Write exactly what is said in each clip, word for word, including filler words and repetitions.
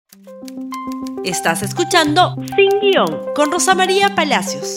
Estás escuchando Sin Guión con Rosa María Palacios.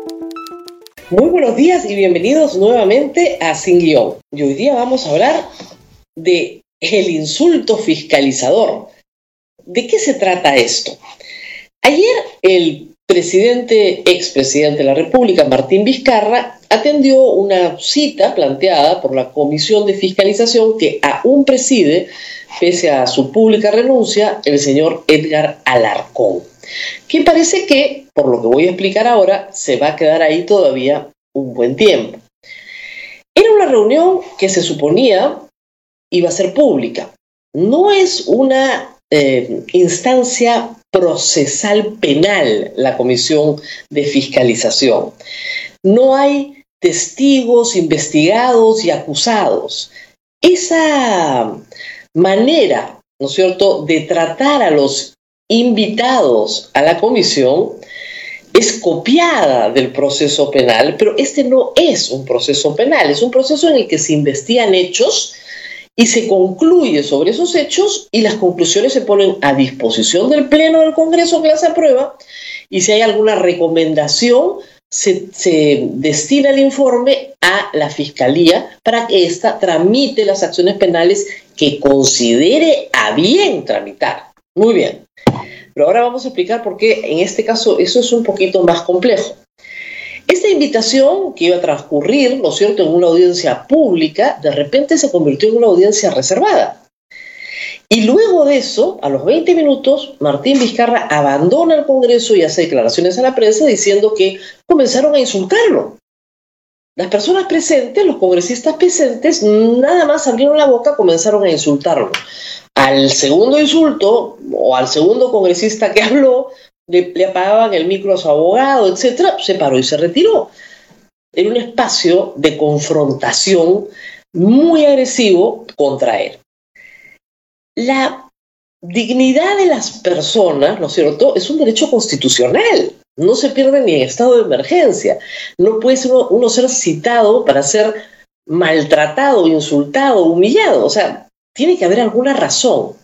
Muy buenos días y bienvenidos nuevamente a Sin Guión. Y hoy día vamos a hablar de el insulto fiscalizador. ¿De qué se trata esto? Ayer el presidente, expresidente de la República, Martín Vizcarra, atendió una cita planteada por la Comisión de Fiscalización que aún preside, pese a su pública renuncia, el señor Edgar Alarcón, que parece que, por lo que voy a explicar ahora, se va a quedar ahí todavía un buen tiempo. Era una reunión que se suponía iba a ser pública. No es una eh, instancia procesal penal la Comisión de Fiscalización. No hay testigos, investigados y acusados. Esa manera, ¿no es cierto?, de tratar a los invitados a la comisión es copiada del proceso penal, pero este no es un proceso penal, es un proceso en el que se investigan hechos y se concluye sobre esos hechos y las conclusiones se ponen a disposición del Pleno del Congreso que las aprueba, y si hay alguna recomendación se, se destina el informe a la Fiscalía para que ésta tramite las acciones penales que considere a bien tramitar. Muy bien, pero ahora vamos a explicar por qué en este caso eso es un poquito más complejo. Esta invitación que iba a transcurrir, ¿no es cierto?, en una audiencia pública, de repente se convirtió en una audiencia reservada. Y luego de eso, a los veinte minutos, Martín Vizcarra abandona el Congreso y hace declaraciones a la prensa diciendo que comenzaron a insultarlo. Las personas presentes, los congresistas presentes, nada más abrieron la boca, comenzaron a insultarlo. Al segundo insulto, o al segundo congresista que habló, le, le apagaban el micro a su abogado, etcétera, se paró y se retiró. Era un espacio de confrontación muy agresivo contra él. La dignidad de las personas, ¿no es cierto?, es un derecho constitucional. No se pierde ni en estado de emergencia. No puede ser uno, uno ser citado para ser maltratado, insultado, humillado. O sea, tiene que haber alguna razón.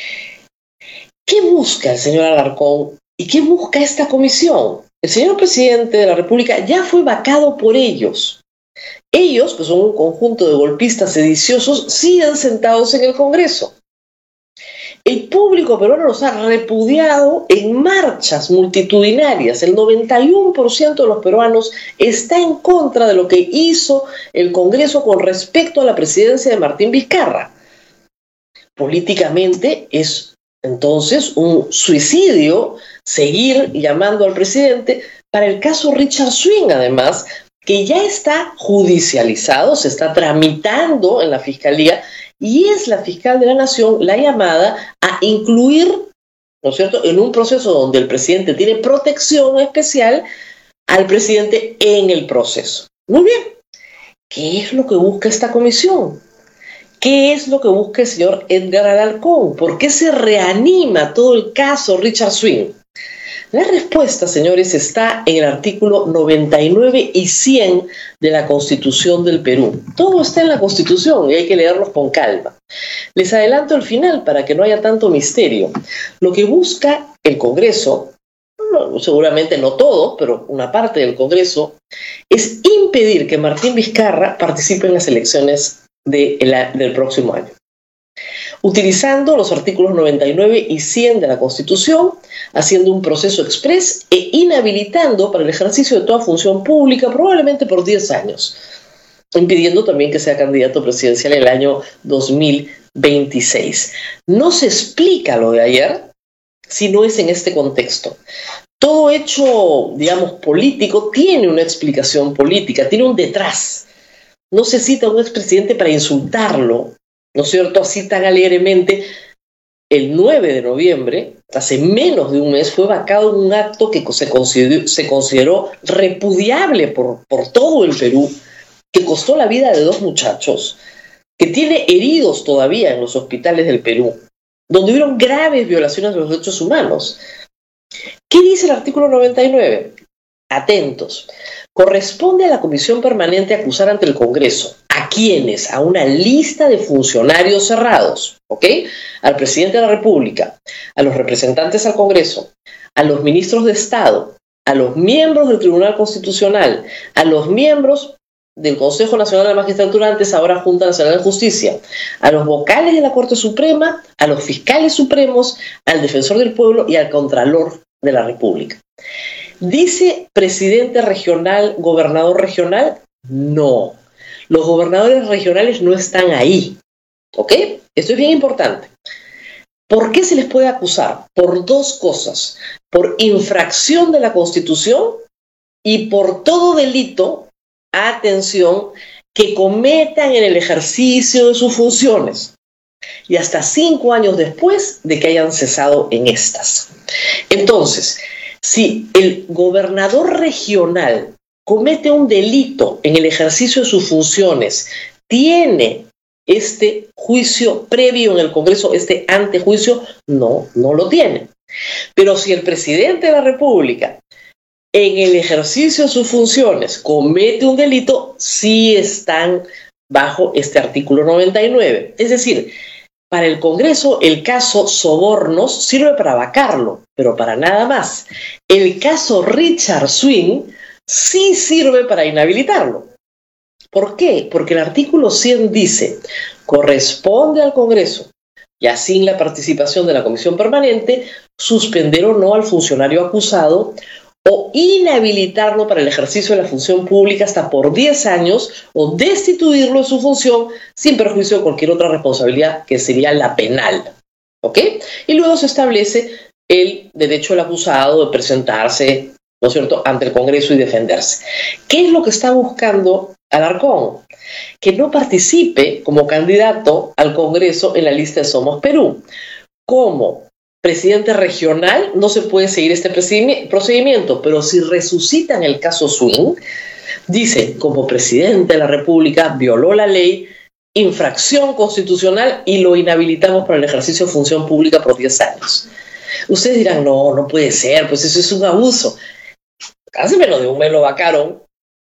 ¿Qué busca el señor Alarcón y qué busca esta comisión? El señor presidente de la República ya fue vacado por ellos. Ellos, que son un conjunto de golpistas sediciosos, siguen sentados en el Congreso. El público peruano los ha repudiado en marchas multitudinarias. El noventa y uno por ciento de los peruanos está en contra de lo que hizo el Congreso con respecto a la presidencia de Martín Vizcarra. Políticamente es entonces un suicidio seguir llamando al presidente para el caso Richard Swing, además, que ya está judicializado, se está tramitando en la Fiscalía, y es la fiscal de la Nación la llamada a incluir, ¿no es cierto?, en un proceso donde el presidente tiene protección especial al presidente en el proceso. Muy bien, ¿qué es lo que busca esta comisión? ¿Qué es lo que busca el señor Edgar Alarcón? ¿Por qué se reanima todo el caso Richard Swing? La respuesta, señores, está en el artículo noventa y nueve y cien de la Constitución del Perú. Todo está en la Constitución y hay que leerlos con calma. Les adelanto el final para que no haya tanto misterio. Lo que busca el Congreso, no, seguramente no todo, pero una parte del Congreso, es impedir que Martín Vizcarra participe en las elecciones de la, del próximo año. Utilizando los artículos noventa y nueve y cien de la Constitución, haciendo un proceso exprés e inhabilitando para el ejercicio de toda función pública, probablemente por diez años, impidiendo también que sea candidato presidencial el año dos mil veintiséis. No se explica lo de ayer si no es en este contexto. Todo hecho, digamos, político tiene una explicación política, tiene un detrás. No se cita a un expresidente para insultarlo, ¿no es cierto?, así tan alegremente. El nueve de noviembre, hace menos de un mes, fue vacado en un acto que se consideró, se consideró repudiable por, por todo el Perú, que costó la vida de dos muchachos, que tiene heridos todavía en los hospitales del Perú, donde hubieron graves violaciones de los derechos humanos. ¿Qué dice el artículo noventa y nueve? Atentos. Corresponde a la Comisión Permanente acusar ante el Congreso, ¿A quiénes? A una lista de funcionarios cerrados, ¿ok? Al presidente de la República, a los representantes al Congreso, a los ministros de Estado, a los miembros del Tribunal Constitucional, a los miembros del Consejo Nacional de la Magistratura, antes ahora Junta Nacional de Justicia, a los vocales de la Corte Suprema, a los fiscales supremos, al defensor del pueblo y al Contralor de la República. ¿Dice presidente regional, gobernador regional? No. Los gobernadores regionales no están ahí, ¿ok? Esto es bien importante. ¿Por qué se les puede acusar? Por dos cosas. Por infracción de la Constitución y por todo delito, atención, que cometan en el ejercicio de sus funciones. Y hasta cinco años después de que hayan cesado en estas. Entonces, si el gobernador regional comete un delito en el ejercicio de sus funciones, tiene este juicio previo en el Congreso, este antejuicio, no, no lo tiene. Pero si el presidente de la República, en el ejercicio de sus funciones, comete un delito, sí están bajo este artículo noventa y nueve. Es decir, para el Congreso el caso sobornos sirve para vacarlo, pero para nada más. El caso Richard Swing sí sirve para inhabilitarlo. ¿Por qué? Porque el artículo cien dice, corresponde al Congreso, ya sin la participación de la Comisión Permanente, suspender o no al funcionario acusado o inhabilitarlo para el ejercicio de la función pública hasta por diez años o destituirlo de su función sin perjuicio de cualquier otra responsabilidad que sería la penal. ¿Ok? Y luego se establece el derecho del acusado de presentarse, ¿no es cierto?, ante el Congreso y defenderse. ¿Qué es lo que está buscando Alarcón? Que no participe como candidato al Congreso en la lista de Somos Perú. Como presidente regional no se puede seguir este procedimiento, pero si resucitan el caso Swing, dice, como presidente de la República violó la ley, infracción constitucional y lo inhabilitamos para el ejercicio de función pública por diez años. Ustedes dirán, no, no puede ser, pues eso es un abuso. Hace menos de un mes lo vacaron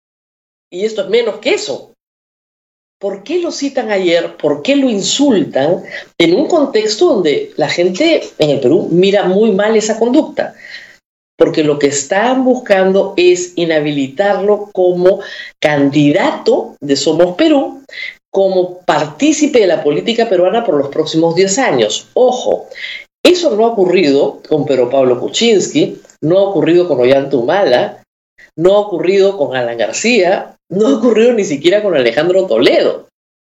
y esto es menos que eso. ¿Por qué lo citan ayer? ¿Por qué lo insultan en un contexto donde la gente en el Perú mira muy mal esa conducta? Porque lo que están buscando es inhabilitarlo como candidato de Somos Perú, como partícipe de la política peruana por los próximos diez años. Ojo, eso no ha ocurrido con Pedro Pablo Kuczynski, no ha ocurrido con Ollanta Humala, no ha ocurrido con Alan García, no ha ocurrido ni siquiera con Alejandro Toledo.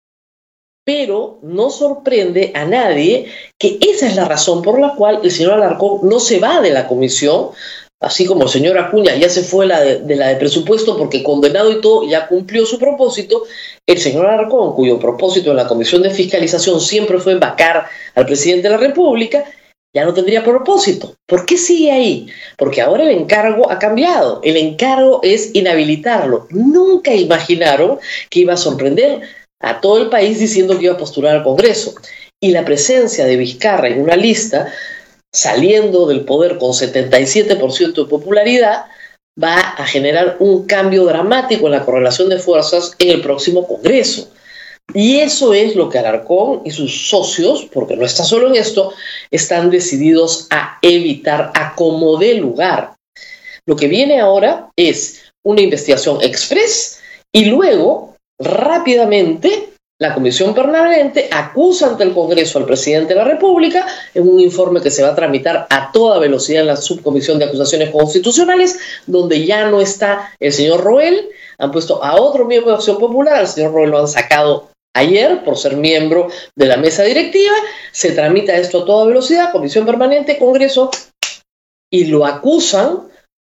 Pero no sorprende a nadie que esa es la razón por la cual el señor Alarcón no se va de la comisión, así como el señor Acuña ya se fue la de, de la de presupuesto porque condenado y todo ya cumplió su propósito. El señor Alarcón, cuyo propósito en la comisión de fiscalización siempre fue vacar al presidente de la República, ya no tendría propósito. ¿Por qué sigue ahí? Porque ahora el encargo ha cambiado. El encargo es inhabilitarlo. Nunca imaginaron que iba a sorprender a todo el país diciendo que iba a postular al Congreso. Y la presencia de Vizcarra en una lista, saliendo del poder con setenta y siete por ciento de popularidad, va a generar un cambio dramático en la correlación de fuerzas en el próximo Congreso. Y eso es lo que Alarcón y sus socios, porque no está solo en esto, están decididos a evitar a como dé lugar. Lo que viene ahora es una investigación express y luego, rápidamente, la Comisión Permanente acusa ante el Congreso al presidente de la República en un informe que se va a tramitar a toda velocidad en la Subcomisión de Acusaciones Constitucionales, donde ya no está el señor Roel, han puesto a otro miembro de Acción Popular, al señor Roel lo han sacado ayer por ser miembro de la mesa directiva, se tramita esto a toda velocidad, Comisión Permanente, Congreso, y lo acusan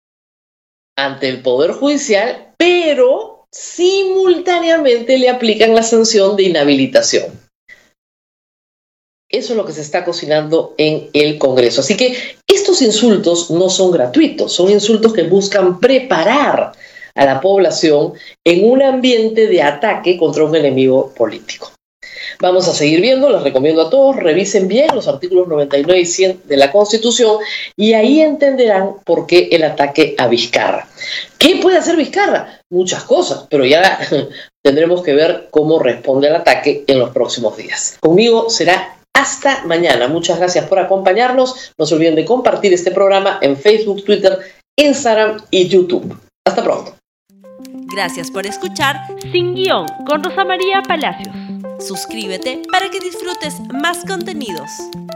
ante el Poder Judicial, pero simultáneamente le aplican la sanción de inhabilitación. Eso es lo que se está cocinando en el Congreso. Así que estos insultos no son gratuitos, son insultos que buscan preparar a la población en un ambiente de ataque contra un enemigo político. Vamos a seguir viendo, les recomiendo a todos, revisen bien los artículos noventa y nueve y cien de la Constitución y ahí entenderán por qué el ataque a Vizcarra. ¿Qué puede hacer Vizcarra? Muchas cosas, pero ya tendremos que ver cómo responde el ataque en los próximos días. Conmigo será hasta mañana. Muchas gracias por acompañarnos. No se olviden de compartir este programa en Facebook, Twitter, Instagram y YouTube. Hasta pronto. Gracias por escuchar Sin Guión con Rosa María Palacios. Suscríbete para que disfrutes más contenidos.